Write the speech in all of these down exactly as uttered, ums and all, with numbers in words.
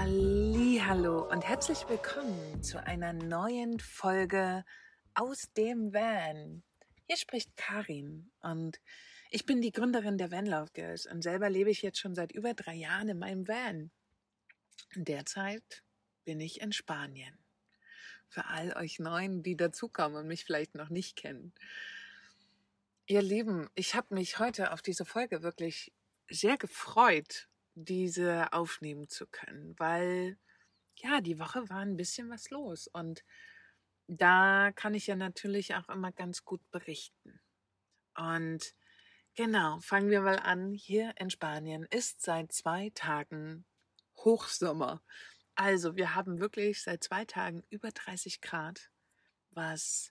Hallihallo und herzlich willkommen zu einer neuen Folge aus dem Van. Hier spricht Karin und ich bin die Gründerin der Van Love Girls und selber lebe ich jetzt schon seit über drei Jahren in meinem Van. Derzeit bin ich in Spanien. Für all euch Neuen, die dazukommen und mich vielleicht noch nicht kennen. Ihr Lieben, ich habe mich heute auf diese Folge wirklich sehr gefreut, diese aufnehmen zu können, weil ja, die Woche war ein bisschen was los und da kann ich ja natürlich auch immer ganz gut berichten. Und genau, fangen wir mal an. Hier in Spanien ist seit zwei Tagen Hochsommer. Also wir haben wirklich seit zwei Tagen über dreißig Grad, was,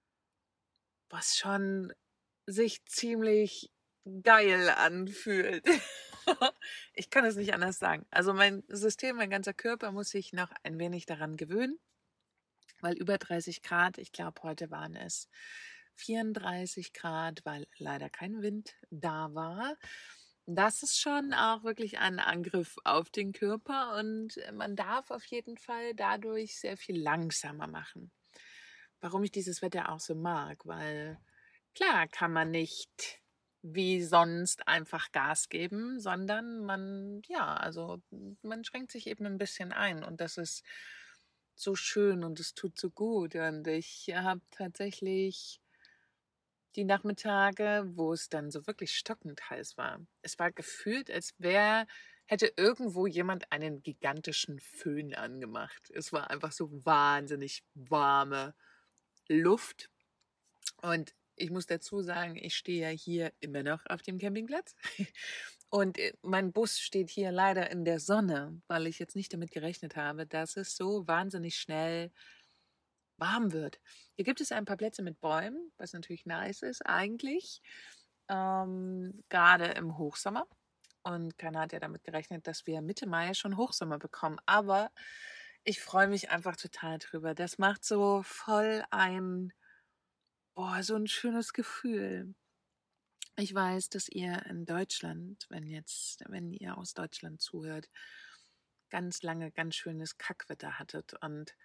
was schon sich ziemlich geil anfühlt. Ich kann es nicht anders sagen. Also mein System, mein ganzer Körper muss sich noch ein wenig daran gewöhnen, weil über dreißig Grad, ich glaube, heute waren es vierunddreißig Grad, weil leider kein Wind da war. Das ist schon auch wirklich ein Angriff auf den Körper und man darf auf jeden Fall dadurch sehr viel langsamer machen. Warum ich dieses Wetter auch so mag, weil klar kann man nicht wie sonst einfach Gas geben, sondern man, ja, also man schränkt sich eben ein bisschen ein und das ist so schön und es tut so gut. Und ich habe tatsächlich die Nachmittage, wo es dann so wirklich stockend heiß war. Es war gefühlt, als wäre, hätte irgendwo jemand einen gigantischen Föhn angemacht. Es war einfach so wahnsinnig warme Luft. Und ich muss dazu sagen, ich stehe ja hier immer noch auf dem Campingplatz. Und mein Bus steht hier leider in der Sonne, weil ich jetzt nicht damit gerechnet habe, dass es so wahnsinnig schnell warm wird. Hier gibt es ein paar Plätze mit Bäumen, was natürlich nice ist eigentlich, ähm, gerade im Hochsommer. Und keiner hat ja damit gerechnet, dass wir Mitte Mai schon Hochsommer bekommen. Aber ich freue mich einfach total drüber. Das macht so voll ein, boah, so ein schönes Gefühl. Ich weiß, dass ihr in Deutschland, wenn jetzt, wenn ihr aus Deutschland zuhört, ganz lange ganz schönes Kackwetter hattet. Und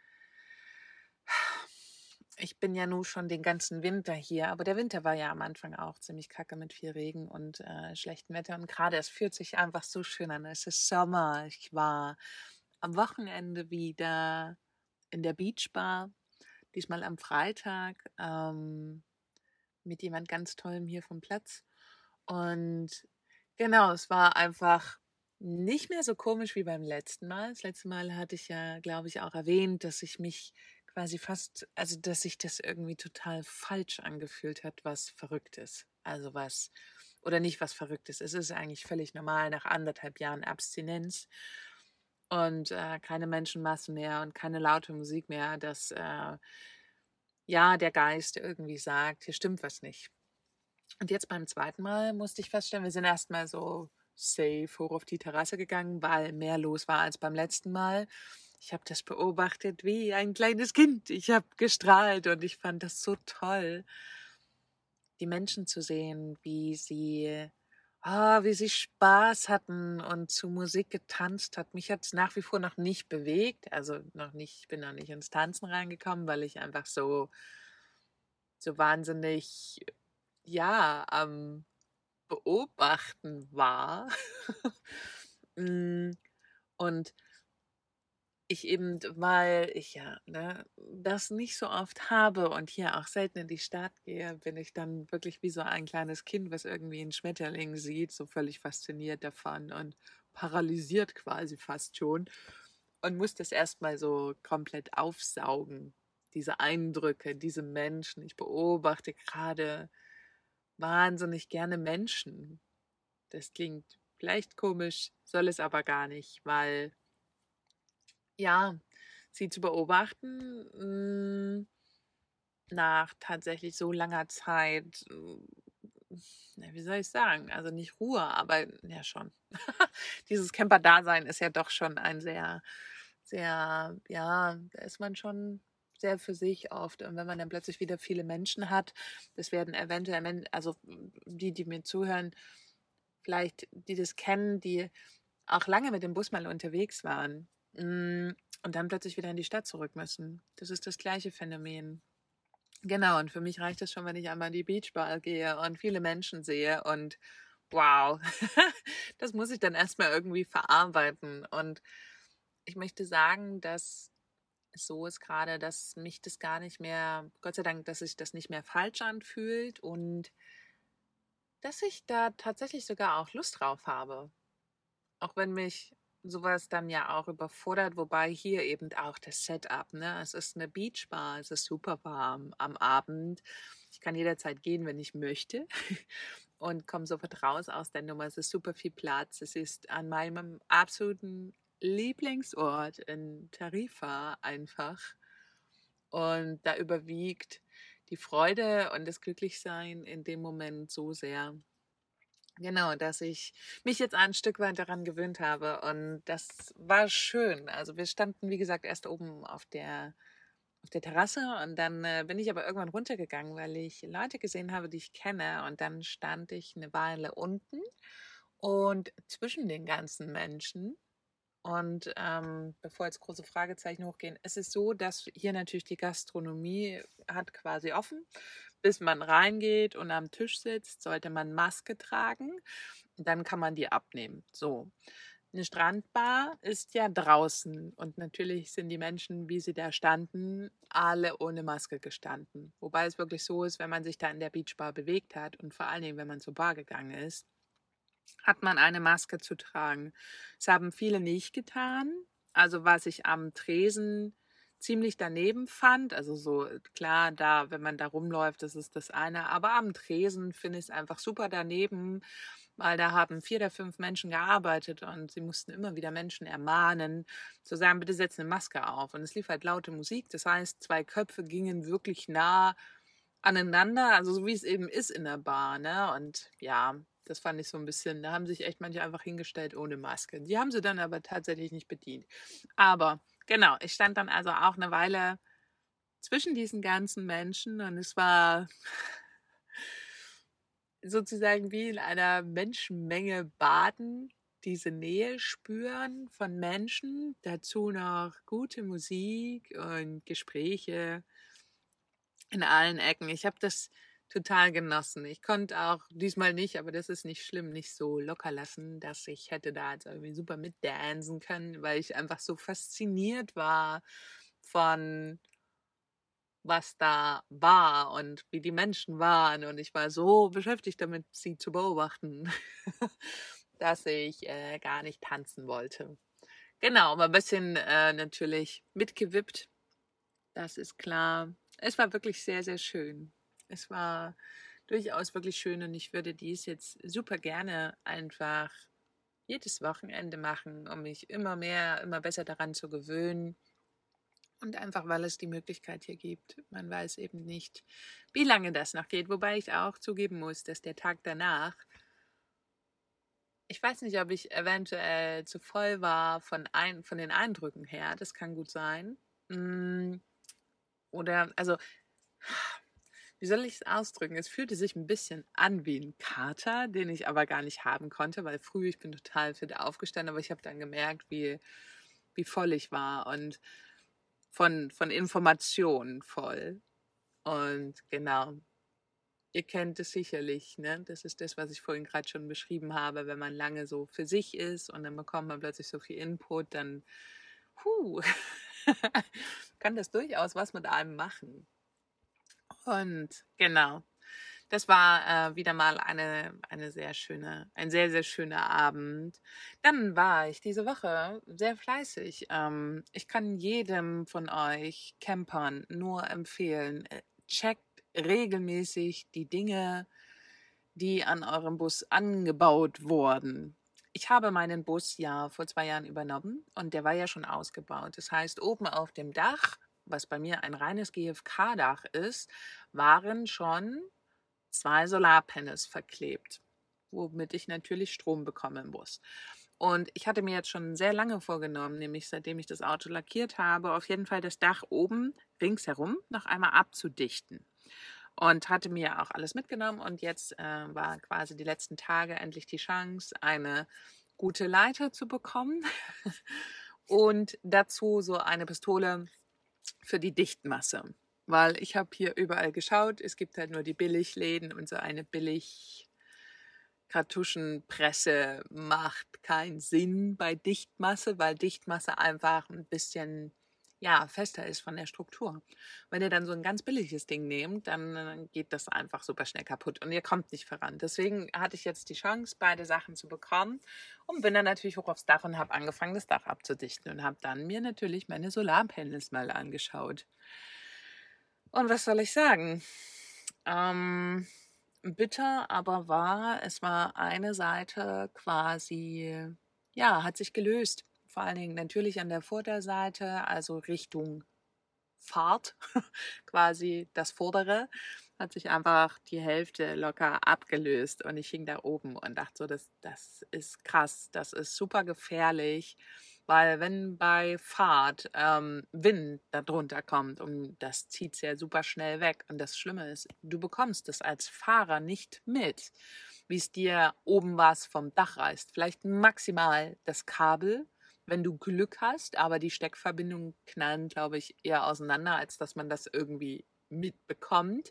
ich bin ja nun schon den ganzen Winter hier, aber der Winter war ja am Anfang auch ziemlich kacke mit viel Regen und äh, schlechtem Wetter. Und gerade es fühlt sich einfach so schön an. Es ist Sommer. Ich war am Wochenende wieder in der Beachbar, diesmal am Freitag, ähm, mit jemand ganz Tollem hier vom Platz. Und genau, es war einfach nicht mehr so komisch wie beim letzten Mal. Das letzte Mal hatte ich ja, glaube ich, auch erwähnt, dass ich mich quasi fast, also dass sich das irgendwie total falsch angefühlt hat, was verrückt ist. Also was, oder nicht was verrückt ist. Es ist eigentlich völlig normal nach anderthalb Jahren Abstinenz und äh, keine Menschenmassen mehr und keine laute Musik mehr, dass äh, ja der Geist irgendwie sagt, hier stimmt was nicht. Und jetzt beim zweiten Mal musste ich feststellen, wir sind erstmal so safe hoch auf die Terrasse gegangen, weil mehr los war als beim letzten Mal. Ich habe das beobachtet wie ein kleines Kind. Ich habe gestrahlt und ich fand das so toll, die Menschen zu sehen, wie sie, ah, wie sie Spaß hatten und zu Musik getanzt hat. Mich hat es nach wie vor noch nicht bewegt, also noch nicht, ich bin noch nicht ins Tanzen reingekommen, weil ich einfach so, so wahnsinnig, ja, am Beobachten war. Mm, Und ich eben, weil ich ja ne, das nicht so oft habe und hier auch selten in die Stadt gehe, bin ich dann wirklich wie so ein kleines Kind, was irgendwie einen Schmetterling sieht, so völlig fasziniert davon und paralysiert quasi fast schon und muss das erstmal so komplett aufsaugen, diese Eindrücke, diese Menschen. Ich beobachte gerade wahnsinnig gerne Menschen. Das klingt vielleicht komisch, soll es aber gar nicht, weil ja, sie zu beobachten, mh, nach tatsächlich so langer Zeit, äh, na, wie soll ich sagen, also nicht Ruhe, aber ja schon. Dieses Camper-Dasein ist ja doch schon ein sehr, sehr, ja, da ist man schon sehr für sich oft. Und wenn man dann plötzlich wieder viele Menschen hat, das werden eventuell, Men- also die, die mir zuhören, vielleicht die das kennen, die auch lange mit dem Bus mal unterwegs waren. mm, und dann plötzlich wieder in die Stadt zurück müssen. Das ist das gleiche Phänomen. Genau, und für mich reicht es schon, wenn ich einmal in die Beachbar gehe und viele Menschen sehe und wow, das muss ich dann erstmal irgendwie verarbeiten. Und ich möchte sagen, dass es so ist gerade, dass mich das gar nicht mehr, Gott sei Dank, dass sich das nicht mehr falsch anfühlt und dass ich da tatsächlich sogar auch Lust drauf habe. Auch wenn mich sowas dann ja auch überfordert, wobei hier eben auch das Setup, ne? Es ist eine Beachbar, es ist super warm am Abend. Ich kann jederzeit gehen, wenn ich möchte und komme sofort raus aus der Nummer. Es ist super viel Platz. Es ist an meinem absoluten Lieblingsort in Tarifa einfach. Und da überwiegt die Freude und das Glücklichsein in dem Moment so sehr. Genau, dass ich mich jetzt ein Stück weit daran gewöhnt habe und das war schön. Also wir standen, wie gesagt, erst oben auf der, auf der Terrasse und dann äh, bin ich aber irgendwann runtergegangen, weil ich Leute gesehen habe, die ich kenne und dann stand ich eine Weile unten und zwischen den ganzen Menschen. Und ähm, bevor jetzt große Fragezeichen hochgehen, es ist so, dass hier natürlich die Gastronomie hat quasi offen. Bis man reingeht und am Tisch sitzt, sollte man Maske tragen. Dann kann man die abnehmen. So. Eine Strandbar ist ja draußen und natürlich sind die Menschen, wie sie da standen, alle ohne Maske gestanden. Wobei es wirklich so ist, wenn man sich da in der Beachbar bewegt hat und vor allen Dingen, wenn man zur Bar gegangen ist, hat man eine Maske zu tragen. Das haben viele nicht getan. Also was ich am Tresen ziemlich daneben fand, also so klar, da, wenn man da rumläuft, das ist das eine, aber am Tresen finde ich es einfach super daneben, weil da haben vier oder fünf Menschen gearbeitet und sie mussten immer wieder Menschen ermahnen, zu sagen, bitte setz eine Maske auf. Und es lief halt laute Musik, das heißt, zwei Köpfe gingen wirklich nah aneinander, also so wie es eben ist in der Bar, ne? Und ja, das fand ich so ein bisschen, da haben sich echt manche einfach hingestellt ohne Maske. Die haben sie dann aber tatsächlich nicht bedient. Aber genau, ich stand dann also auch eine Weile zwischen diesen ganzen Menschen und es war sozusagen wie in einer Menschenmenge baden, diese Nähe spüren von Menschen, dazu noch gute Musik und Gespräche in allen Ecken. Ich habe das total genossen. Ich konnte auch diesmal nicht, aber das ist nicht schlimm, nicht so locker lassen, dass ich hätte da jetzt irgendwie super mitdansen können, weil ich einfach so fasziniert war von was da war und wie die Menschen waren. Und ich war so beschäftigt damit, sie zu beobachten, dass ich äh, gar nicht tanzen wollte. Genau, aber ein bisschen äh, natürlich mitgewippt. Das ist klar. Es war wirklich sehr, sehr schön. Es war durchaus wirklich schön und ich würde dies jetzt super gerne einfach jedes Wochenende machen, um mich immer mehr, immer besser daran zu gewöhnen. Und einfach, weil es die Möglichkeit hier gibt. Man weiß eben nicht, wie lange das noch geht. Wobei ich auch zugeben muss, dass der Tag danach, ich weiß nicht, ob ich eventuell zu voll war von, ein, von den Eindrücken her. Das kann gut sein. Oder, also, wie soll ich es ausdrücken? Es fühlte sich ein bisschen an wie ein Kater, den ich aber gar nicht haben konnte, weil früh, ich bin total fit aufgestanden, aber ich habe dann gemerkt, wie, wie voll ich war und von, von Informationen voll. Und genau, ihr kennt es sicherlich, ne? Das ist das, was ich vorhin gerade schon beschrieben habe, wenn man lange so für sich ist und dann bekommt man plötzlich so viel Input, dann huh, kann das durchaus was mit einem machen. Und genau, das war äh, wieder mal eine, eine sehr schöne, ein sehr, sehr schöner Abend. Dann war ich diese Woche sehr fleißig. Ähm, ich kann jedem von euch Campern nur empfehlen, äh, checkt regelmäßig die Dinge, die an eurem Bus angebaut wurden. Ich habe meinen Bus ja vor zwei Jahren übernommen und der war ja schon ausgebaut. Das heißt, oben auf dem Dach, was bei mir ein reines G F K-Dach ist, waren schon zwei Solarpanels verklebt, womit ich natürlich Strom bekomme im Bus. Und ich hatte mir jetzt schon sehr lange vorgenommen, nämlich seitdem ich das Auto lackiert habe, auf jeden Fall das Dach oben ringsherum noch einmal abzudichten. Und hatte mir auch alles mitgenommen und jetzt äh, war quasi die letzten Tage endlich die Chance, eine gute Leiter zu bekommen Und dazu so eine Pistole für die Dichtmasse. Weil ich habe hier überall geschaut, es gibt halt nur die Billigläden und so eine Billig-Kartuschenpresse macht keinen Sinn bei Dichtmasse, weil Dichtmasse einfach ein bisschen ja, fester ist von der Struktur. Wenn ihr dann so ein ganz billiges Ding nehmt, dann äh, geht das einfach super schnell kaputt und ihr kommt nicht voran. Deswegen hatte ich jetzt die Chance, beide Sachen zu bekommen und bin dann natürlich hoch aufs Dach und habe angefangen, das Dach abzudichten und habe dann mir natürlich meine Solarpanels mal angeschaut. Und was soll ich sagen? Ähm, bitter, aber wahr. Es war eine Seite quasi, ja, hat sich gelöst. Vor allen Dingen natürlich an der Vorderseite, also Richtung Fahrt, quasi das Vordere, hat sich einfach die Hälfte locker abgelöst. Und ich hing da oben und dachte so, das, das ist krass, das ist super gefährlich. Weil wenn bei Fahrt ähm, Wind darunter kommt und das zieht es ja super schnell weg. Und das Schlimme ist, du bekommst es als Fahrer nicht mit, wie es dir oben was vom Dach reißt. Vielleicht maximal das Kabel, wenn du Glück hast, aber die Steckverbindungen knallen, glaube ich, eher auseinander, als dass man das irgendwie mitbekommt.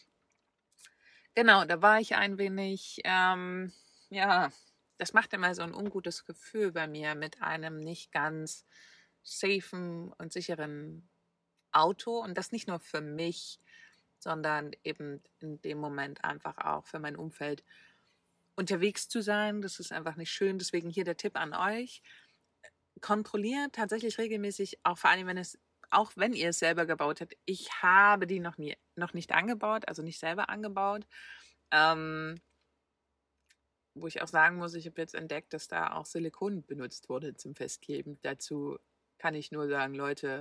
Genau, da war ich ein wenig, ähm, ja, das macht immer so ein ungutes Gefühl bei mir mit einem nicht ganz safen und sicheren Auto. Und das nicht nur für mich, sondern eben in dem Moment einfach auch für mein Umfeld unterwegs zu sein. Das ist einfach nicht schön. Deswegen hier der Tipp an euch. Kontrolliert tatsächlich regelmäßig, auch vor allem, wenn es, auch wenn ihr es selber gebaut habt. Ich habe die noch nie, noch nicht angebaut, also nicht selber angebaut. Ähm, wo ich auch sagen muss, ich habe jetzt entdeckt, dass da auch Silikon benutzt wurde zum Festkleben. Dazu kann ich nur sagen, Leute,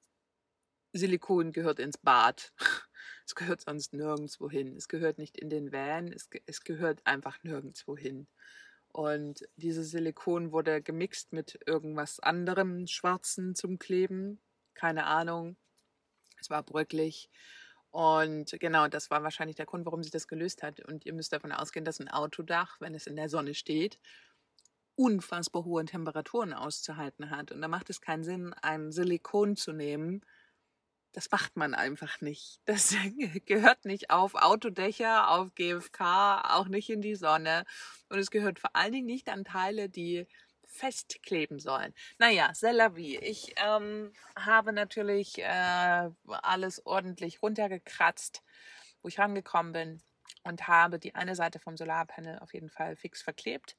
Silikon gehört ins Bad. Es gehört sonst nirgendwo hin. Es gehört nicht in den Van, es, es gehört einfach nirgendwo hin. Und dieses Silikon wurde gemixt mit irgendwas anderem Schwarzen zum Kleben. Keine Ahnung. Es war bröcklig. Und genau, das war wahrscheinlich der Grund, warum sich das gelöst hat. Und ihr müsst davon ausgehen, dass ein Autodach, wenn es in der Sonne steht, unfassbar hohe Temperaturen auszuhalten hat. Und da macht es keinen Sinn, ein Silikon zu nehmen. Das macht man einfach nicht. Das gehört nicht auf Autodächer, auf G F K, auch nicht in die Sonne. Und es gehört vor allen Dingen nicht an Teile, die festkleben sollen. Naja, c'est la vie. Ich ähm, habe natürlich äh, alles ordentlich runtergekratzt, wo ich rangekommen bin und habe die eine Seite vom Solarpanel auf jeden Fall fix verklebt.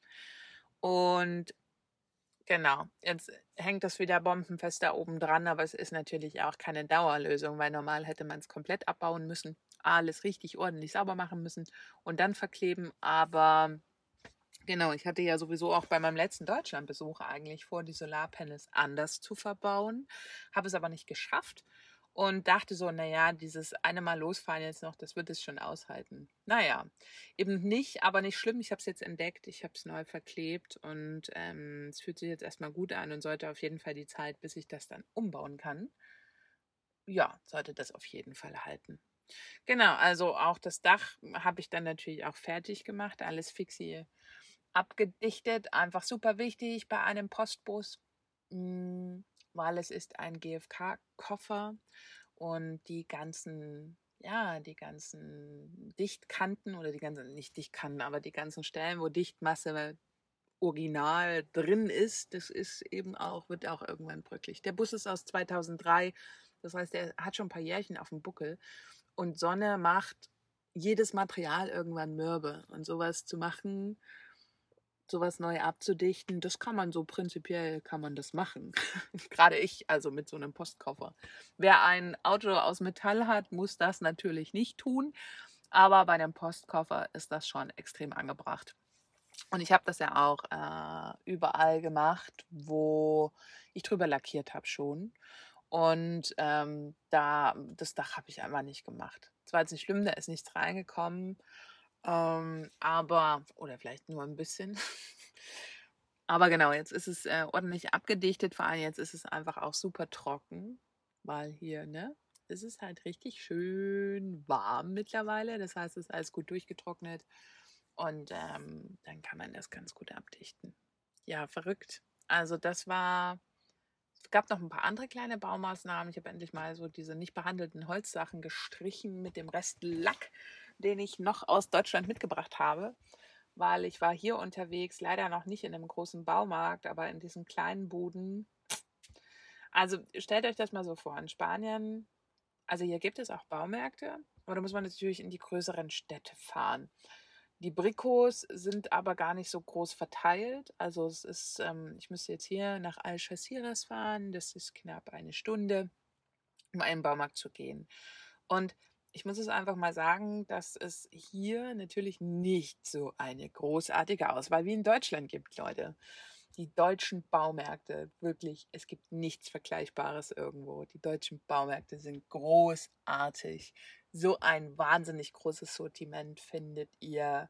Und genau, jetzt hängt das wieder bombenfest da oben dran, aber es ist natürlich auch keine Dauerlösung, weil normal hätte man es komplett abbauen müssen, alles richtig ordentlich sauber machen müssen und dann verkleben. Aber genau, ich hatte ja sowieso auch bei meinem letzten Deutschlandbesuch eigentlich vor, die Solarpanels anders zu verbauen, habe es aber nicht geschafft und dachte so, naja, dieses eine Mal losfahren jetzt noch, das wird es schon aushalten. Naja, eben nicht, aber nicht schlimm. Ich habe es jetzt entdeckt, ich habe es neu verklebt und ähm, es fühlt sich jetzt erstmal gut an und sollte auf jeden Fall die Zeit, bis ich das dann umbauen kann. Ja, sollte das auf jeden Fall halten. Genau, also auch das Dach habe ich dann natürlich auch fertig gemacht, alles fixi abgedichtet. Einfach super wichtig bei einem Postbus, mm, weil es ist ein G F K-Koffer und die ganzen, ja, die ganzen Dichtkanten oder die ganzen, nicht Dichtkanten, aber die ganzen Stellen, wo Dichtmasse original drin ist, das ist eben auch, wird auch irgendwann bröcklig. Der Bus ist aus zweitausenddrei, das heißt, er hat schon ein paar Jährchen auf dem Buckel und Sonne macht jedes Material irgendwann mürbe und sowas zu machen, sowas neu abzudichten, das kann man so prinzipiell, kann man das machen. Gerade ich, also mit so einem Postkoffer. Wer ein Auto aus Metall hat, muss das natürlich nicht tun, aber bei einem Postkoffer ist das schon extrem angebracht. Und ich habe das ja auch äh, überall gemacht, wo ich drüber lackiert habe schon. Und ähm, da, das Dach habe ich einfach nicht gemacht. Es war jetzt nicht schlimm, da ist nichts reingekommen. Ähm, aber, oder vielleicht nur ein bisschen. Aber genau, jetzt ist es äh, ordentlich abgedichtet. Vor allem jetzt ist es einfach auch super trocken, weil hier, ne, ist es halt richtig schön warm mittlerweile. Das heißt, es ist alles gut durchgetrocknet. Und ähm, dann kann man das ganz gut abdichten. Ja, verrückt. Also das war gab noch ein paar andere kleine Baumaßnahmen. Ich habe endlich mal so diese nicht behandelten Holzsachen gestrichen mit dem Rest Lack, den ich noch aus Deutschland mitgebracht habe, weil ich war hier unterwegs, leider noch nicht in einem großen Baumarkt, aber in diesen kleinen Buden. Also stellt euch das mal so vor, in Spanien, also hier gibt es auch Baumärkte, aber da muss man natürlich in die größeren Städte fahren. Die Bricos sind aber gar nicht so groß verteilt. Also es ist, ähm, ich müsste jetzt hier nach Algeciras fahren. Das ist knapp eine Stunde, um einen Baumarkt zu gehen. Und ich muss es einfach mal sagen, dass es hier natürlich nicht so eine großartige Auswahl wie in Deutschland gibt, Leute. Die deutschen Baumärkte, wirklich, es gibt nichts Vergleichbares irgendwo. Die deutschen Baumärkte sind großartig. So ein wahnsinnig großes Sortiment findet ihr.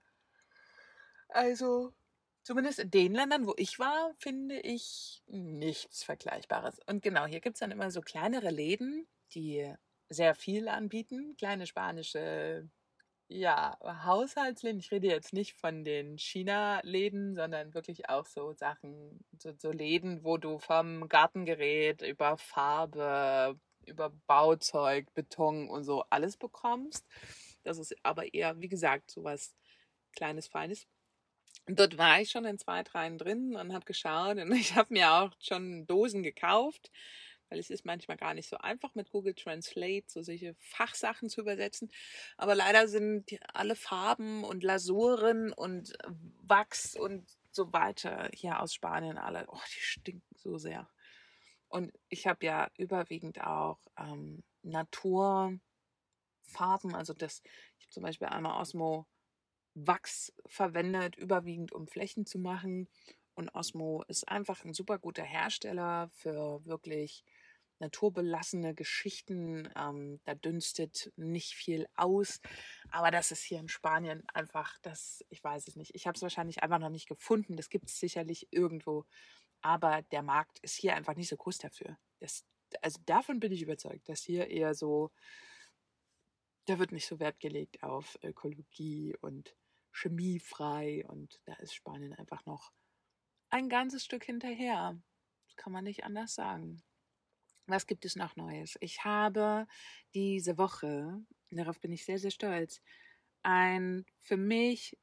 Also, zumindest in den Ländern, wo ich war, finde ich nichts Vergleichbares. Und genau, hier gibt es dann immer so kleinere Läden, die sehr viel anbieten. Kleine spanische, ja, Haushaltsläden. Ich rede jetzt nicht von den China-Läden, sondern wirklich auch so Sachen, so, so Läden, wo du vom Gartengerät über Farbe, über Bauzeug, Beton und so alles bekommst. Das ist aber eher, wie gesagt, sowas Kleines, Feines. Und dort war ich schon in zwei, dreien drin und habe geschaut und ich habe mir auch schon Dosen gekauft, weil es ist manchmal gar nicht so einfach mit Google Translate so solche Fachsachen zu übersetzen. Aber leider sind die, alle Farben und Lasuren und Wachs und so weiter hier aus Spanien alle, oh, die stinken so sehr. Und ich habe ja überwiegend auch ähm, Naturfarben, also das, ich habe zum Beispiel einmal Osmo Wachs verwendet, überwiegend um Flächen zu machen. Und Osmo ist einfach ein super guter Hersteller für wirklich naturbelassene Geschichten. Ähm, da dünstet nicht viel aus. Aber das ist hier in Spanien einfach, das, ich weiß es nicht. Ich habe es wahrscheinlich einfach noch nicht gefunden. Das gibt es sicherlich irgendwo. Aber der Markt ist hier einfach nicht so groß dafür. Das, also davon bin ich überzeugt, dass hier eher so, da wird nicht so Wert gelegt auf Ökologie und chemiefrei und da ist Spanien einfach noch ein ganzes Stück hinterher. Das kann man nicht anders sagen. Was gibt es noch Neues? Ich habe diese Woche, darauf bin ich sehr, sehr stolz, ein für mich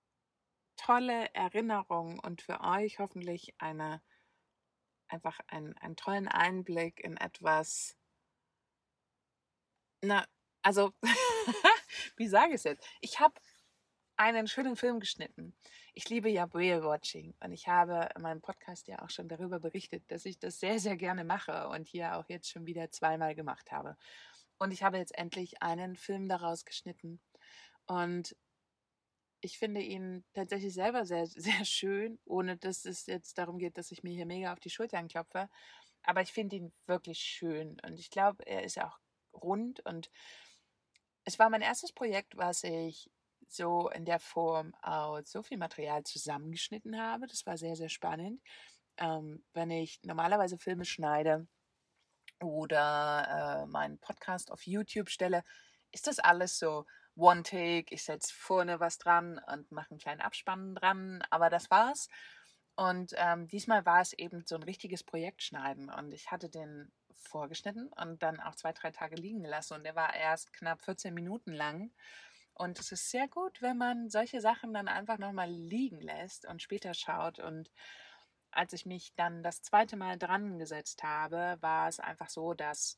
tolle Erinnerung und für euch hoffentlich eine, einfach einen, einen tollen Einblick in etwas, na, also, wie sage ich es jetzt? Ich habe einen schönen Film geschnitten. Ich liebe ja Whale-Watching und ich habe in meinem Podcast ja auch schon darüber berichtet, dass ich das sehr, sehr gerne mache und hier auch jetzt schon wieder zweimal gemacht habe. Und ich habe jetzt endlich einen Film daraus geschnitten und ich finde ihn tatsächlich selber sehr, sehr schön, ohne dass es jetzt darum geht, dass ich mir hier mega auf die Schultern klopfe. Aber ich finde ihn wirklich schön und ich glaube, er ist auch rund und es war mein erstes Projekt, was ich so in der Form aus so viel Material zusammengeschnitten habe. Das war sehr, sehr spannend. Ähm, wenn ich normalerweise Filme schneide oder äh, meinen Podcast auf YouTube stelle, ist das alles so One Take. Ich setze vorne was dran und mache einen kleinen Abspann dran, aber das war's. Und ähm, diesmal war es eben so ein richtiges Projektschneiden und ich hatte den vorgeschnitten und dann auch zwei, drei Tage liegen gelassen und der war erst knapp vierzehn Minuten lang. Und es ist sehr gut, wenn man solche Sachen dann einfach nochmal liegen lässt und später schaut. Und als ich mich dann das zweite Mal dran gesetzt habe, war es einfach so, dass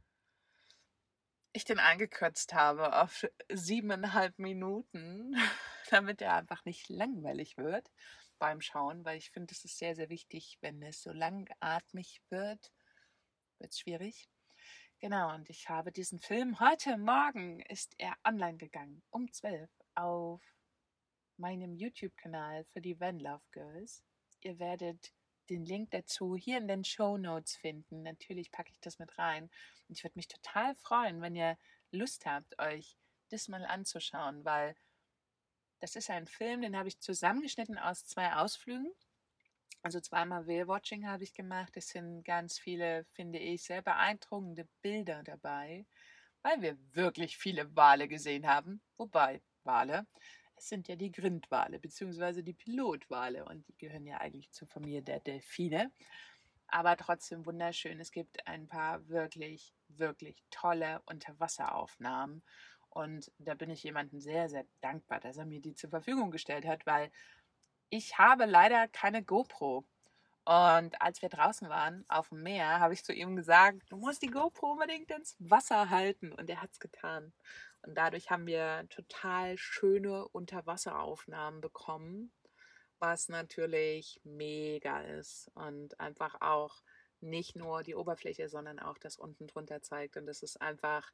ich den eingekürzt habe auf siebeneinhalb Minuten, damit er einfach nicht langweilig wird beim Schauen, weil ich finde, es ist sehr, sehr wichtig, wenn es so langatmig wird, wird es schwierig. Genau, und ich habe diesen Film, heute Morgen ist er online gegangen, um zwölf auf meinem YouTube-Kanal für die Van Love Girls. Ihr werdet den Link dazu hier in den Show Notes finden. Natürlich packe ich das mit rein. Und ich würde mich total freuen, wenn ihr Lust habt, euch das mal anzuschauen, weil das ist ein Film, den habe ich zusammengeschnitten aus zwei Ausflügen. Also zweimal Whale-Watching habe ich gemacht. Es sind ganz viele, finde ich, sehr beeindruckende Bilder dabei, weil wir wirklich viele Wale gesehen haben. Wobei, Wale, es sind ja die Grindwale, beziehungsweise die Pilotwale und die gehören ja eigentlich zur Familie der Delfine. aber trotzdem wunderschön. Es gibt ein paar wirklich, wirklich tolle Unterwasseraufnahmen. Und da bin ich jemandem sehr, sehr dankbar, dass er mir die zur Verfügung gestellt hat, weil ich habe leider keine GoPro. Und als wir draußen waren auf dem Meer, habe ich zu ihm gesagt, du musst die GoPro unbedingt ins Wasser halten. Und er hat es getan. Und dadurch haben wir total schöne Unterwasseraufnahmen bekommen, was natürlich mega ist und einfach auch nicht nur die Oberfläche, sondern auch das unten drunter zeigt. Und das ist einfach,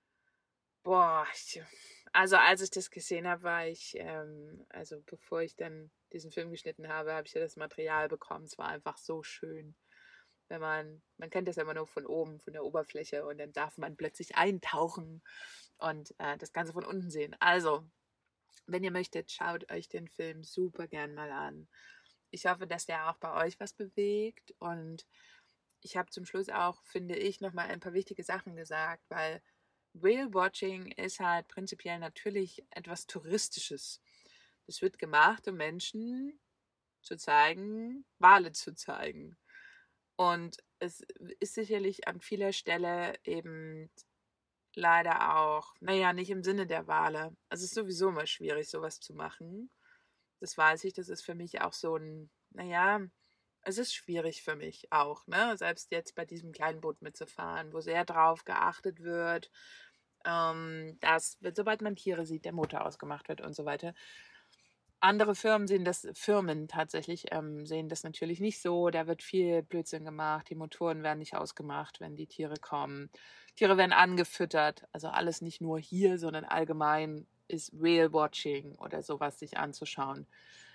boah, ich, also als ich das gesehen habe, war ich, ähm, also bevor ich dann diesen Film geschnitten habe, habe ich ja das Material bekommen. Es war einfach so schön. Wenn man, man kennt das ja immer nur von oben, von der Oberfläche und dann darf man plötzlich eintauchen und äh, das Ganze von unten sehen. Also, wenn ihr möchtet, schaut euch den Film super gern mal an. Ich hoffe, dass der auch bei euch was bewegt und ich habe zum Schluss auch, finde ich, nochmal ein paar wichtige Sachen gesagt, weil Whale-Watching ist halt prinzipiell natürlich etwas Touristisches. Das wird gemacht, um Menschen zu zeigen, Wale zu zeigen. Und es ist sicherlich an vieler Stelle eben leider auch, naja, nicht im Sinne der Wale. Also es ist sowieso immer schwierig, sowas zu machen. Das weiß ich, das ist für mich auch so ein, naja, es ist schwierig für mich auch, ne? Selbst jetzt bei diesem kleinen Boot mitzufahren, wo sehr drauf geachtet wird, ähm, dass, sobald man Tiere sieht, der Motor ausgemacht wird und so weiter. Andere Firmen sehen das, Firmen tatsächlich, ähm, sehen das natürlich nicht so. Da wird viel Blödsinn gemacht. Die Motoren werden nicht ausgemacht, wenn die Tiere kommen. Tiere werden angefüttert. Also alles nicht nur hier, sondern allgemein ist Whale-Watching oder sowas sich anzuschauen.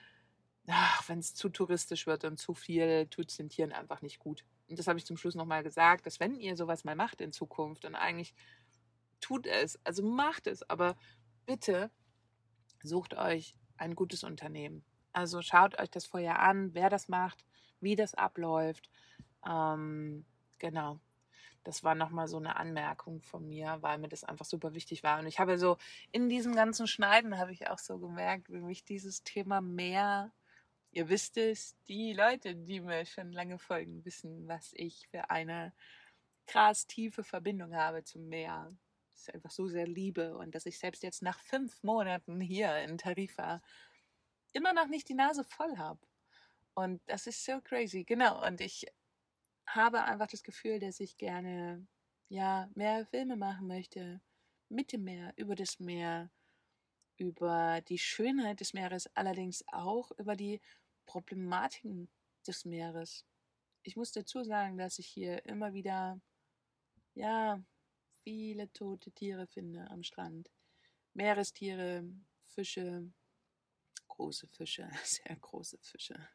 Wenn es zu touristisch wird und zu viel, tut es den Tieren einfach nicht gut. Und das habe ich zum Schluss nochmal gesagt, dass wenn ihr sowas mal macht in Zukunft und eigentlich tut es, also macht es, aber bitte sucht euch ein gutes Unternehmen. Also schaut euch das vorher an, wer das macht, wie das abläuft. Ähm, genau. Das war nochmal so eine Anmerkung von mir, weil mir das einfach super wichtig war. Und ich habe so in diesem ganzen Schneiden habe ich auch so gemerkt, wie mich dieses Thema Meer, ihr wisst es, die Leute, die mir schon lange folgen, wissen, was ich für eine krass tiefe Verbindung habe zum Meer. Das ich einfach so sehr liebe und dass ich selbst jetzt nach fünf Monaten hier in Tarifa immer noch nicht die Nase voll habe. Und das ist so crazy. Genau. Und ich habe einfach das Gefühl, dass ich gerne ja mehr Filme machen möchte mit dem Meer, über das Meer, über die Schönheit des Meeres, allerdings auch über die Problematiken des Meeres. Ich muss dazu sagen, dass ich hier immer wieder ja viele tote Tiere finde am Strand. Meerestiere, Fische, große Fische, sehr große Fische.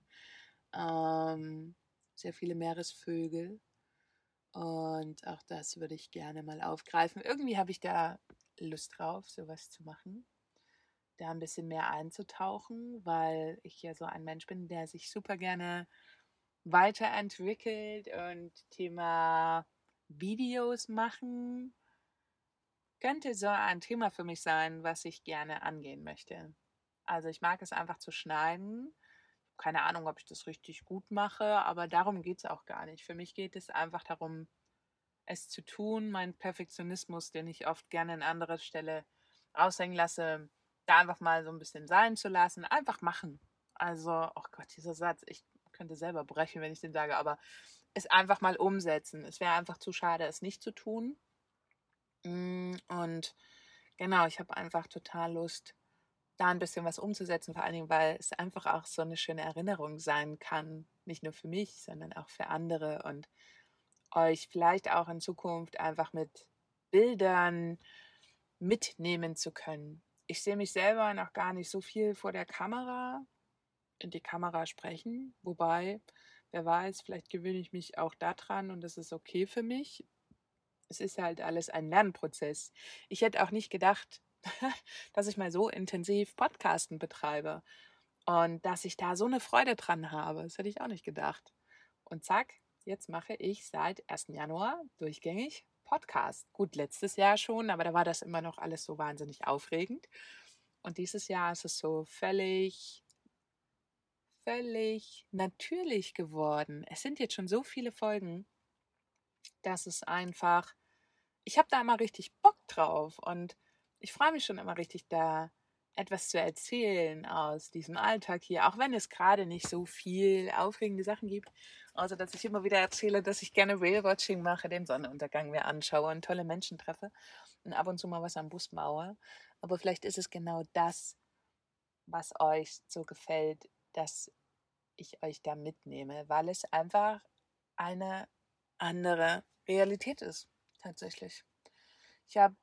Ähm, sehr viele Meeresvögel. Und auch das würde ich gerne mal aufgreifen. Irgendwie habe ich da Lust drauf, sowas zu machen. Da ein bisschen mehr einzutauchen, weil ich ja so ein Mensch bin, der sich super gerne weiterentwickelt und Thema Videos machen könnte so ein Thema für mich sein, was ich gerne angehen möchte. Also ich mag es einfach zu schneiden. Keine Ahnung, ob ich das richtig gut mache, aber darum geht es auch gar nicht. Für mich geht es einfach darum, es zu tun, meinen Perfektionismus, den ich oft gerne an anderer Stelle raushängen lasse, da einfach mal so ein bisschen sein zu lassen. Einfach machen. Also, oh Gott, dieser Satz, ich könnte selber brechen, wenn ich den sage, aber es einfach mal umsetzen. Es wäre einfach zu schade, es nicht zu tun. Und genau, ich habe einfach total Lust, da ein bisschen was umzusetzen, vor allen Dingen, weil es einfach auch so eine schöne Erinnerung sein kann, nicht nur für mich, sondern auch für andere und euch vielleicht auch in Zukunft einfach mit Bildern mitnehmen zu können. Ich sehe mich selber noch gar nicht so viel vor der Kamera, in die Kamera sprechen, wobei, wer weiß, vielleicht gewöhne ich mich auch daran und das ist okay für mich. Es ist halt alles ein Lernprozess. Ich hätte auch nicht gedacht, dass ich mal so intensiv Podcasten betreibe und dass ich da so eine Freude dran habe. Das hätte ich auch nicht gedacht. Und zack, jetzt mache ich seit ersten Januar durchgängig Podcast. Gut, letztes Jahr schon, aber da war das immer noch alles so wahnsinnig aufregend. Und dieses Jahr ist es so völlig, völlig natürlich geworden. Es sind jetzt schon so viele Folgen, dass es einfach, ich habe da immer richtig Bock drauf und ich freue mich schon immer richtig, da etwas zu erzählen aus diesem Alltag hier, auch wenn es gerade nicht so viel aufregende Sachen gibt, außer dass ich immer wieder erzähle, dass ich gerne Whale-Watching mache, den Sonnenuntergang mir anschaue und tolle Menschen treffe und ab und zu mal was am Bus baue. Aber vielleicht ist es genau das, was euch so gefällt, dass ich euch da mitnehme, weil es einfach eine andere Realität ist, tatsächlich. Ich habe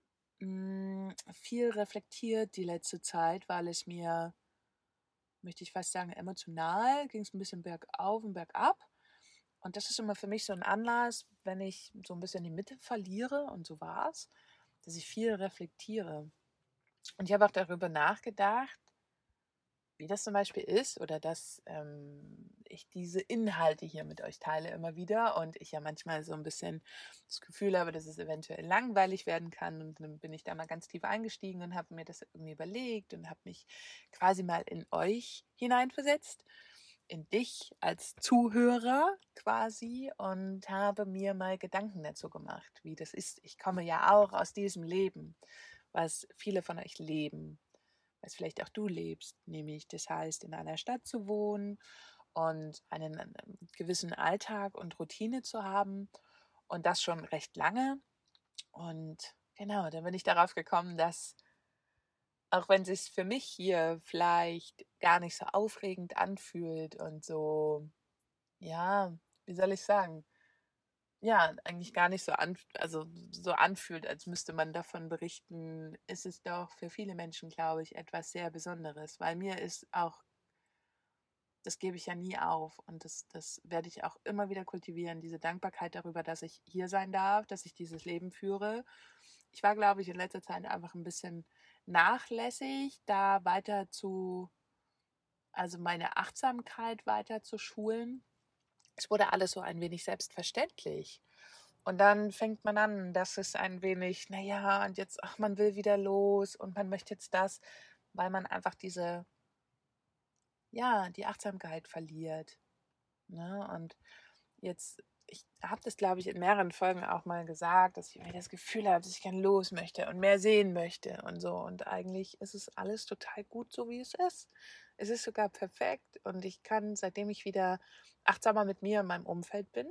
mh, viel reflektiert die letzte Zeit, weil es mir, möchte ich fast sagen, emotional ging es ein bisschen bergauf und bergab. Und das ist immer für mich so ein Anlass, wenn ich so ein bisschen die Mitte verliere, und so war es, dass ich viel reflektiere. Und ich habe auch darüber nachgedacht, wie das zum Beispiel ist oder dass ähm, ich diese Inhalte hier mit euch teile immer wieder und ich ja manchmal so ein bisschen das Gefühl habe, dass es eventuell langweilig werden kann und dann bin ich da mal ganz tief eingestiegen und habe mir das irgendwie überlegt und habe mich quasi mal in euch hineinversetzt, in dich als Zuhörer quasi und habe mir mal Gedanken dazu gemacht, wie das ist. Ich komme ja auch aus diesem Leben, was viele von euch leben, was vielleicht auch du lebst, nämlich das heißt, in einer Stadt zu wohnen und einen, einen gewissen Alltag und Routine zu haben und das schon recht lange. Und genau, dann bin ich darauf gekommen, dass auch wenn es sich für mich hier vielleicht gar nicht so aufregend anfühlt und so, ja, wie soll ich sagen, ja, eigentlich gar nicht so an, also so anfühlt, als müsste man davon berichten, ist es doch für viele Menschen, glaube ich, etwas sehr Besonderes, weil mir ist auch, das gebe ich ja nie auf und das, das werde ich auch immer wieder kultivieren, diese Dankbarkeit darüber, dass ich hier sein darf, dass ich dieses Leben führe. Ich war, glaube ich, in letzter Zeit einfach ein bisschen nachlässig, da weiter zu, also meine Achtsamkeit weiter zu schulen. Es wurde alles so ein wenig selbstverständlich. Und dann fängt man an, dass es ein wenig, naja, und jetzt, ach, man will wieder los und man möchte jetzt das, weil man einfach diese, ja, die Achtsamkeit verliert. Ne? Und jetzt, ich habe das, glaube ich, in mehreren Folgen auch mal gesagt, dass ich irgendwie das Gefühl habe, dass ich gerne los möchte und mehr sehen möchte und so. Und eigentlich ist es alles total gut, so wie es ist. Es ist sogar perfekt und ich kann, seitdem ich wieder achtsamer mit mir und meinem Umfeld bin,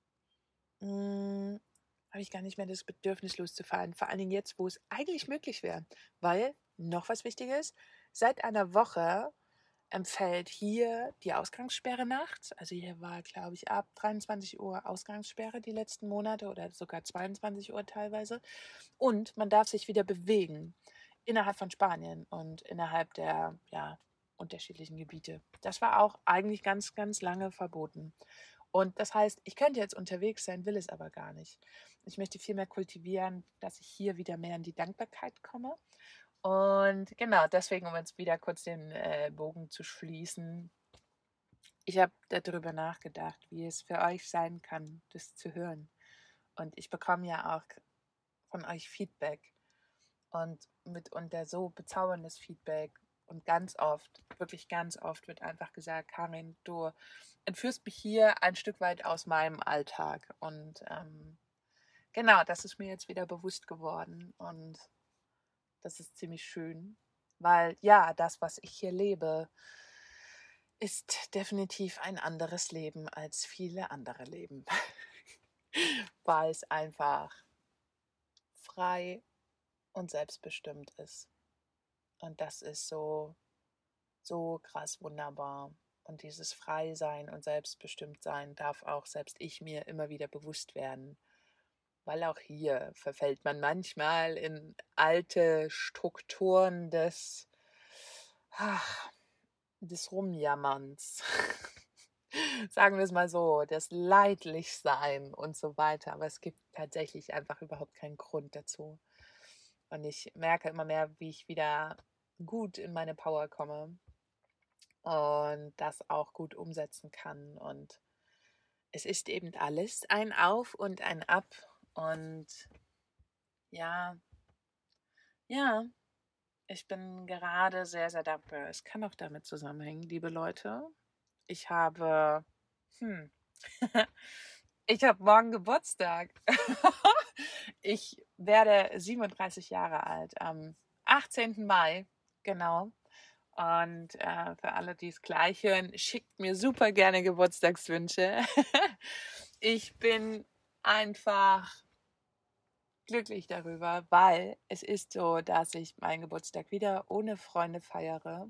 mh, habe ich gar nicht mehr das Bedürfnis loszufahren. Vor allen Dingen jetzt, wo es eigentlich möglich wäre. Weil, noch was Wichtiges, seit einer Woche empfällt hier die Ausgangssperre nachts. Also hier war, glaube ich, ab dreiundzwanzig Uhr Ausgangssperre die letzten Monate oder sogar zweiundzwanzig Uhr teilweise. Und man darf sich wieder bewegen innerhalb von Spanien und innerhalb der, ja, unterschiedlichen Gebiete. Das war auch eigentlich ganz, ganz lange verboten. Und das heißt, ich könnte jetzt unterwegs sein, will es aber gar nicht. Ich möchte vielmehr kultivieren, dass ich hier wieder mehr in die Dankbarkeit komme. Und genau, deswegen, um jetzt wieder kurz den äh, Bogen zu schließen, ich habe darüber nachgedacht, wie es für euch sein kann, das zu hören. Und ich bekomme ja auch von euch Feedback und mitunter so bezauberndes Feedback. Und ganz oft, wirklich ganz oft wird einfach gesagt, Karin, du entführst mich hier ein Stück weit aus meinem Alltag. Und ähm, genau, das ist mir jetzt wieder bewusst geworden. Und das ist ziemlich schön, weil ja, das, was ich hier lebe, ist definitiv ein anderes Leben als viele andere Leben, weil es einfach frei und selbstbestimmt ist. Und das ist so, so krass wunderbar. Und dieses Freisein und Selbstbestimmtsein darf auch selbst ich mir immer wieder bewusst werden. Weil auch hier verfällt man manchmal in alte Strukturen des, ach, des Rumjammerns. Sagen wir es mal so, das Leidlichsein und so weiter. Aber es gibt tatsächlich einfach überhaupt keinen Grund dazu. Und ich merke immer mehr, wie ich wieder gut in meine Power komme und das auch gut umsetzen kann. Und es ist eben alles ein Auf und ein Ab. Und ja, ja, ich bin gerade sehr, sehr dankbar. Es kann auch damit zusammenhängen, liebe Leute, Ich habe, hm, ich habe morgen Geburtstag. Ich werde siebenunddreißig Jahre alt am achtzehnten Mai, genau. Und äh, für alle, die es gleich hören, schickt mir super gerne Geburtstagswünsche. Ich bin einfach glücklich darüber, weil es ist so, dass ich meinen Geburtstag wieder ohne Freunde feiere.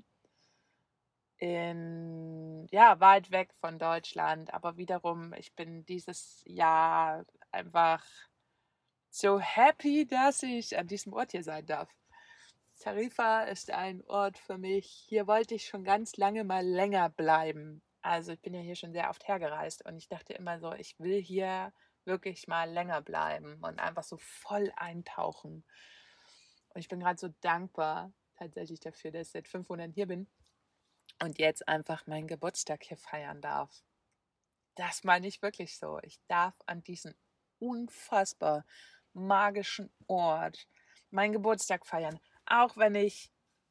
In, ja, weit weg von Deutschland, aber wiederum, ich bin dieses Jahr einfach so happy, dass ich an diesem Ort hier sein darf. Tarifa ist ein Ort für mich. Hier wollte ich schon ganz lange mal länger bleiben. Also ich bin ja hier schon sehr oft hergereist und ich dachte immer so, ich will hier wirklich mal länger bleiben und einfach so voll eintauchen. Und ich bin gerade so dankbar tatsächlich dafür, dass ich seit fünf Monaten hier bin und jetzt einfach meinen Geburtstag hier feiern darf. Das meine ich wirklich so. Ich darf an diesen unfassbar magischen Ort meinen Geburtstag feiern. Auch wenn ich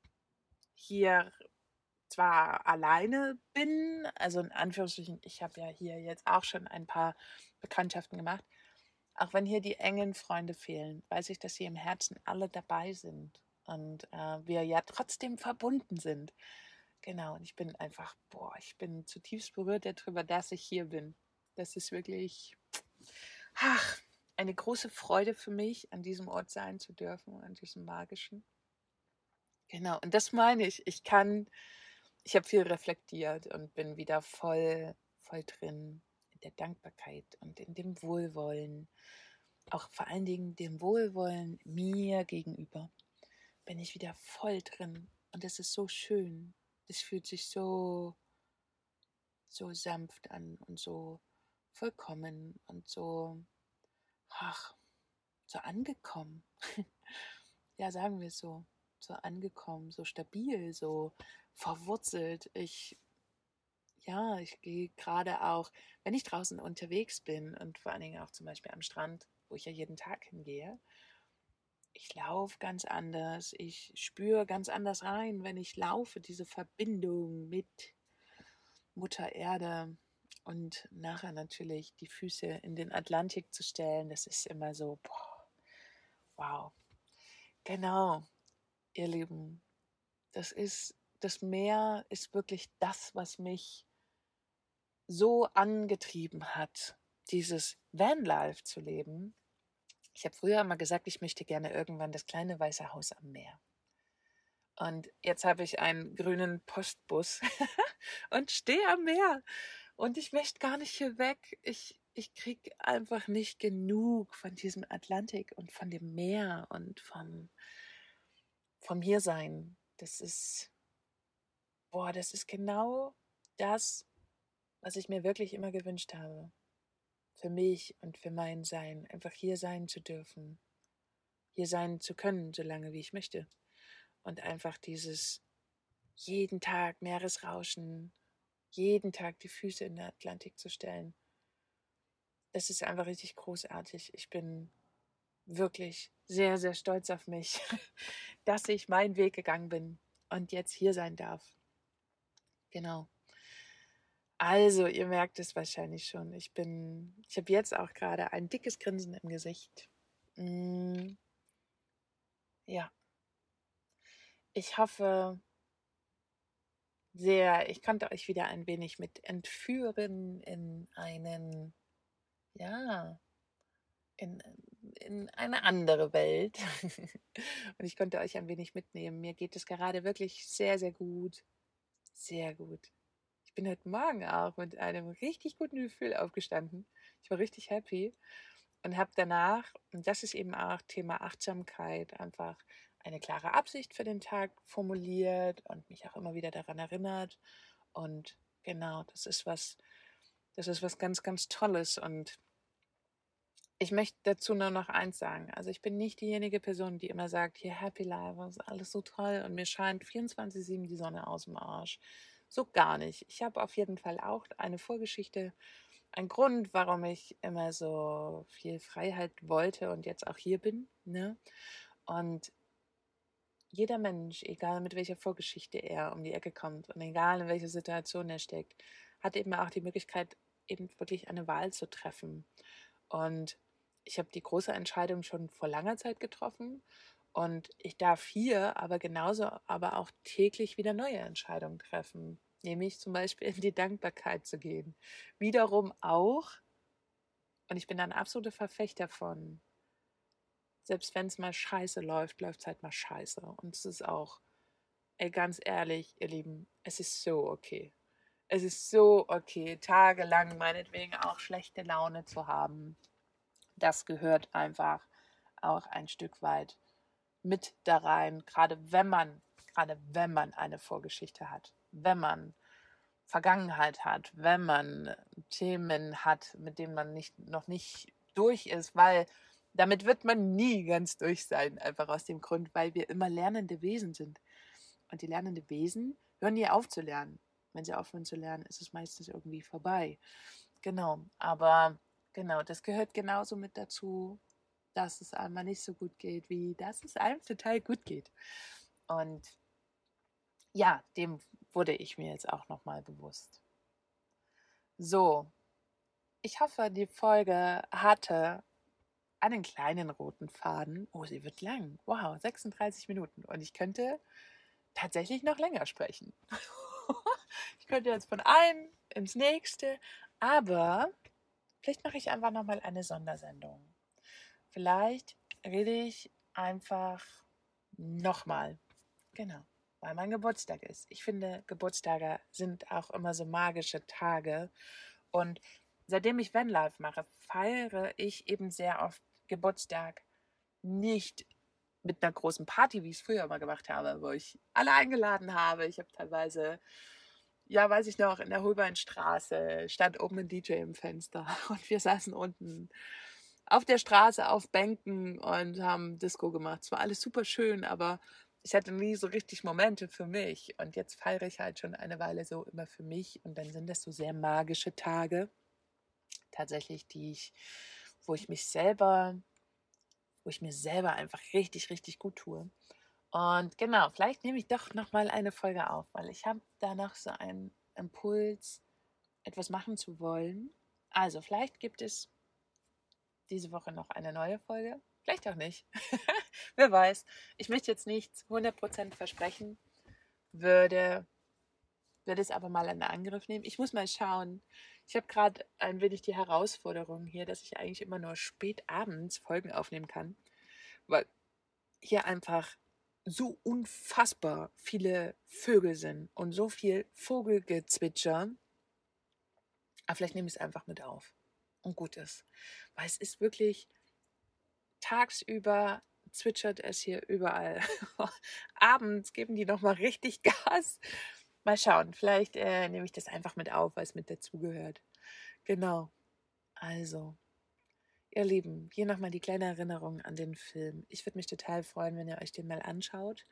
hier zwar alleine bin, also in Anführungsstrichen, ich habe ja hier jetzt auch schon ein paar Bekanntschaften gemacht, auch wenn hier die engen Freunde fehlen, weiß ich, dass sie im Herzen alle dabei sind und äh, wir ja trotzdem verbunden sind. Genau, und ich bin einfach, boah, ich bin zutiefst berührt darüber, dass ich hier bin. Das ist wirklich, ach, eine große Freude für mich, an diesem Ort sein zu dürfen, an diesem magischen. Genau, und das meine ich. Ich kann, ich habe viel reflektiert und bin wieder voll, voll drin in der Dankbarkeit und in dem Wohlwollen. Auch vor allen Dingen dem Wohlwollen mir gegenüber bin ich wieder voll drin. Und das ist so schön. Das fühlt sich so, so sanft an und so vollkommen und so, ach, so angekommen. Ja, sagen wir es so. So angekommen, so stabil, so verwurzelt. Ich, ja, ich gehe gerade auch, wenn ich draußen unterwegs bin und vor allen Dingen auch zum Beispiel am Strand, wo ich ja jeden Tag hingehe, ich laufe ganz anders, ich spüre ganz anders rein, wenn ich laufe, diese Verbindung mit Mutter Erde und nachher natürlich die Füße in den Atlantik zu stellen, das ist immer so, boah, wow. Genau, ihr Lieben, das ist, das Meer ist wirklich das, was mich so angetrieben hat, dieses Vanlife zu leben. Ich habe früher immer gesagt, ich möchte gerne irgendwann das kleine weiße Haus am Meer. Und jetzt habe ich einen grünen Postbus und stehe am Meer. Und ich möchte gar nicht hier weg. Ich, ich kriege einfach nicht genug von diesem Atlantik und von dem Meer und vom, vom Hiersein. Das ist, boah, das ist genau das, was ich mir wirklich immer gewünscht habe. Für mich und für mein Sein. Einfach hier sein zu dürfen. Hier sein zu können, solange wie ich möchte. Und einfach dieses jeden Tag Meeresrauschen, jeden Tag die Füße in den Atlantik zu stellen. Das ist einfach richtig großartig. Ich bin wirklich sehr, sehr stolz auf mich, dass ich meinen Weg gegangen bin und jetzt hier sein darf. Genau. Also, ihr merkt es wahrscheinlich schon. Ich bin, ich habe jetzt auch gerade ein dickes Grinsen im Gesicht. Mm, ja, ich hoffe sehr, ich konnte euch wieder ein wenig mit entführen in einen, ja, in, in eine andere Welt. Und ich konnte euch ein wenig mitnehmen. Mir geht es gerade wirklich sehr, sehr gut. Sehr gut. Ich bin heute Morgen auch mit einem richtig guten Gefühl aufgestanden. Ich war richtig happy und habe danach, und das ist eben auch Thema Achtsamkeit, einfach eine klare Absicht für den Tag formuliert und mich auch immer wieder daran erinnert. Und genau, das ist was, das ist was ganz, ganz Tolles. Und ich möchte dazu nur noch eins sagen. Also ich bin nicht diejenige Person, die immer sagt, hier Happy Life, das ist alles so toll und mir scheint vierundzwanzig sieben die Sonne aus dem Arsch. So gar nicht. Ich habe auf jeden Fall auch eine Vorgeschichte, einen Grund, warum ich immer so viel Freiheit wollte und jetzt auch hier bin. Ne? Und jeder Mensch, egal mit welcher Vorgeschichte er um die Ecke kommt und egal in welcher Situation er steckt, hat eben auch die Möglichkeit, eben wirklich eine Wahl zu treffen. Und ich habe die große Entscheidung schon vor langer Zeit getroffen und ich darf hier aber genauso aber auch täglich wieder neue Entscheidungen treffen, nämlich zum Beispiel in die Dankbarkeit zu gehen. Wiederum auch, und ich bin ein absoluter Verfechter von, selbst wenn es mal scheiße läuft, läuft es halt mal scheiße. Und es ist auch, ey, ganz ehrlich, ihr Lieben, es ist so okay. Es ist so okay, tagelang meinetwegen auch schlechte Laune zu haben. Das gehört einfach auch ein Stück weit mit da rein, gerade wenn man, gerade wenn man eine Vorgeschichte hat, wenn man Vergangenheit hat, wenn man Themen hat, mit denen man nicht, noch nicht durch ist, weil damit wird man nie ganz durch sein, einfach aus dem Grund, weil wir immer lernende Wesen sind. Und die lernenden Wesen hören nie auf zu lernen. Wenn sie aufhören zu lernen, ist es meistens irgendwie vorbei. Genau, aber genau, das gehört genauso mit dazu, dass es einem nicht so gut geht, wie dass es einem total gut geht. Und ja, dem wurde ich mir jetzt auch nochmal bewusst. So, ich hoffe, die Folge hatte einen kleinen roten Faden. Oh, sie wird lang. Wow, sechsunddreißig Minuten. Und ich könnte tatsächlich noch länger sprechen. Ich könnte jetzt von einem ins nächste, aber vielleicht mache ich einfach nochmal eine Sondersendung. Vielleicht rede ich einfach nochmal. Genau, weil mein Geburtstag ist. Ich finde, Geburtstage sind auch immer so magische Tage. Und seitdem ich Vanlife mache, feiere ich eben sehr oft Geburtstag nicht mit einer großen Party, wie ich es früher mal gemacht habe, wo ich alle eingeladen habe. Ich habe teilweise, ja, weiß ich noch, in der Holbeinstraße stand oben ein D J im Fenster und wir saßen unten auf der Straße auf Bänken und haben Disco gemacht. Es war alles super schön, aber ich hatte nie so richtig Momente für mich. Und jetzt feiere ich halt schon eine Weile so immer für mich. Und dann sind das so sehr magische Tage, tatsächlich, die ich, wo ich mich selber, wo ich mir selber einfach richtig, richtig gut tue. Und genau, vielleicht nehme ich doch nochmal eine Folge auf, weil ich habe da noch so einen Impuls, etwas machen zu wollen. Also vielleicht gibt es diese Woche noch eine neue Folge. Vielleicht auch nicht. Wer weiß. Ich möchte jetzt nichts hundert Prozent versprechen, würde, würde es aber mal in Angriff nehmen. Ich muss mal schauen. Ich habe gerade ein wenig die Herausforderung hier, dass ich eigentlich immer nur spät abends Folgen aufnehmen kann, weil hier einfach so unfassbar viele Vögel sind und so viel Vogelgezwitscher. Aber vielleicht nehme ich es einfach mit auf und gut ist. Weil es ist wirklich tagsüber zwitschert es hier überall. Abends geben die nochmal richtig Gas. Mal schauen, vielleicht äh, nehme ich das einfach mit auf, weil es mit dazugehört. Genau. Also, ihr Lieben, hier nochmal die kleine Erinnerung an den Film. Ich würde mich total freuen, wenn ihr euch den mal anschaut.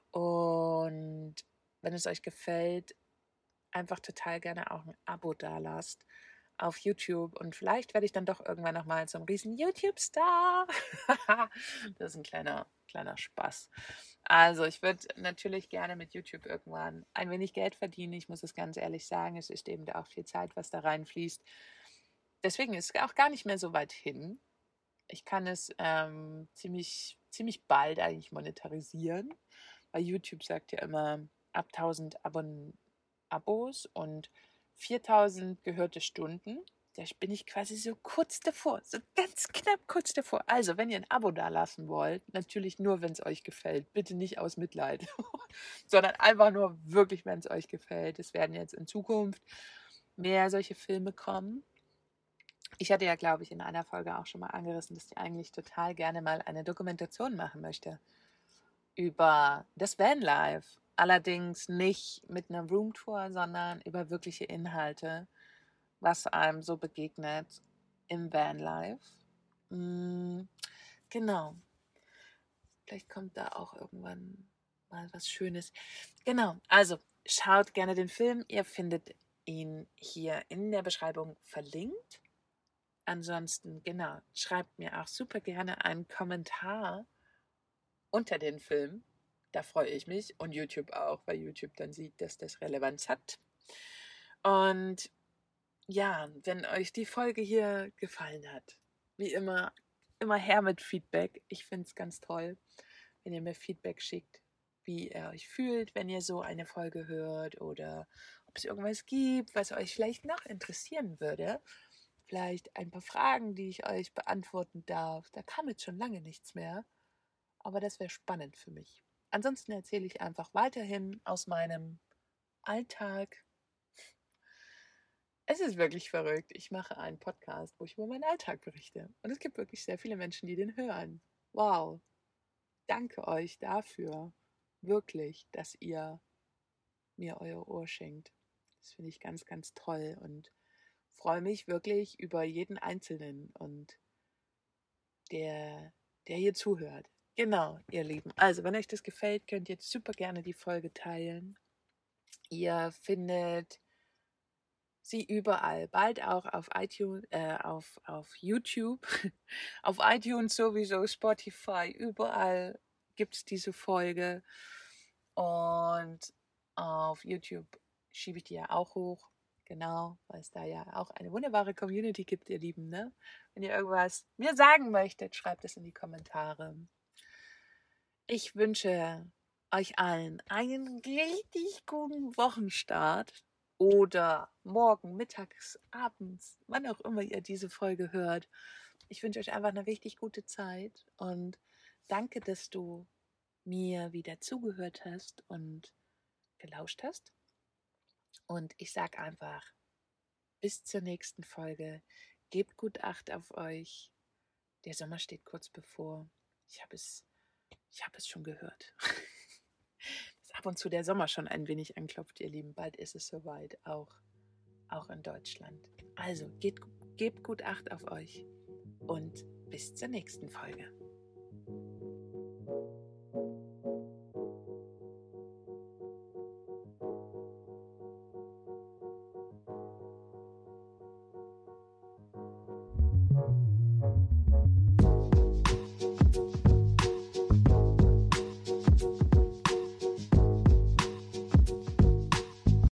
Und wenn es euch gefällt, einfach total gerne auch ein Abo dalasst auf YouTube. Und vielleicht werde ich dann doch irgendwann nochmal zum riesen YouTube-Star. Das ist ein kleiner, kleiner Spaß. Also ich würde natürlich gerne mit YouTube irgendwann ein wenig Geld verdienen. Ich muss es ganz ehrlich sagen, es ist eben da auch viel Zeit, was da reinfließt. Deswegen ist es auch gar nicht mehr so weit hin. Ich kann es ähm, ziemlich, ziemlich bald eigentlich monetarisieren, weil YouTube sagt ja immer ab tausend Abon Abos und viertausend gehörte Stunden. Da bin ich quasi so kurz davor, so ganz knapp kurz davor. Also, wenn ihr ein Abo da lassen wollt, natürlich nur, wenn es euch gefällt. Bitte nicht aus Mitleid, sondern einfach nur wirklich, wenn es euch gefällt. Es werden jetzt in Zukunft mehr solche Filme kommen. Ich hatte ja, glaube ich, in einer Folge auch schon mal angerissen, dass ich eigentlich total gerne mal eine Dokumentation machen möchte über das Vanlife. Allerdings nicht mit einer Roomtour, sondern über wirkliche Inhalte, was einem so begegnet im Vanlife. Mm, genau. Vielleicht kommt da auch irgendwann mal was Schönes. Genau, also schaut gerne den Film. Ihr findet ihn hier in der Beschreibung verlinkt. Ansonsten, genau, schreibt mir auch super gerne einen Kommentar unter den Film. Da freue ich mich und YouTube auch, weil YouTube dann sieht, dass das Relevanz hat. Und ja, wenn euch die Folge hier gefallen hat, wie immer, immer her mit Feedback. Ich finde es ganz toll, wenn ihr mir Feedback schickt, wie ihr euch fühlt, wenn ihr so eine Folge hört oder ob es irgendwas gibt, was euch vielleicht noch interessieren würde. Vielleicht ein paar Fragen, die ich euch beantworten darf. Da kam jetzt schon lange nichts mehr, aber das wäre spannend für mich. Ansonsten erzähle ich einfach weiterhin aus meinem Alltag. Es ist wirklich verrückt. Ich mache einen Podcast, wo ich über meinen Alltag berichte. Und es gibt wirklich sehr viele Menschen, die den hören. Wow. Danke euch dafür. Wirklich, dass ihr mir euer Ohr schenkt. Das finde ich ganz, ganz toll und freue mich wirklich über jeden Einzelnen und der, der hier zuhört. Genau, ihr Lieben. Also, wenn euch das gefällt, könnt ihr jetzt super gerne die Folge teilen. Ihr findet sie überall, bald auch auf iTunes, äh, auf, auf YouTube, auf iTunes sowieso, Spotify, überall gibt es diese Folge. Und auf YouTube schiebe ich die ja auch hoch. Genau, weil es da ja auch eine wunderbare Community gibt, ihr Lieben. Ne? Wenn ihr irgendwas mir sagen möchtet, schreibt es in die Kommentare. Ich wünsche euch allen einen richtig guten Wochenstart oder morgen, mittags, abends, wann auch immer ihr diese Folge hört. Ich wünsche euch einfach eine richtig gute Zeit und danke, dass du mir wieder zugehört hast und gelauscht hast. Und ich sage einfach, bis zur nächsten Folge. Gebt gut Acht auf euch. Der Sommer steht kurz bevor. Ich habe es, ich habe es schon gehört. Dass ab und zu der Sommer schon ein wenig anklopft, ihr Lieben. Bald ist es soweit, auch, auch in Deutschland. Also, geht, gebt gut Acht auf euch und bis zur nächsten Folge.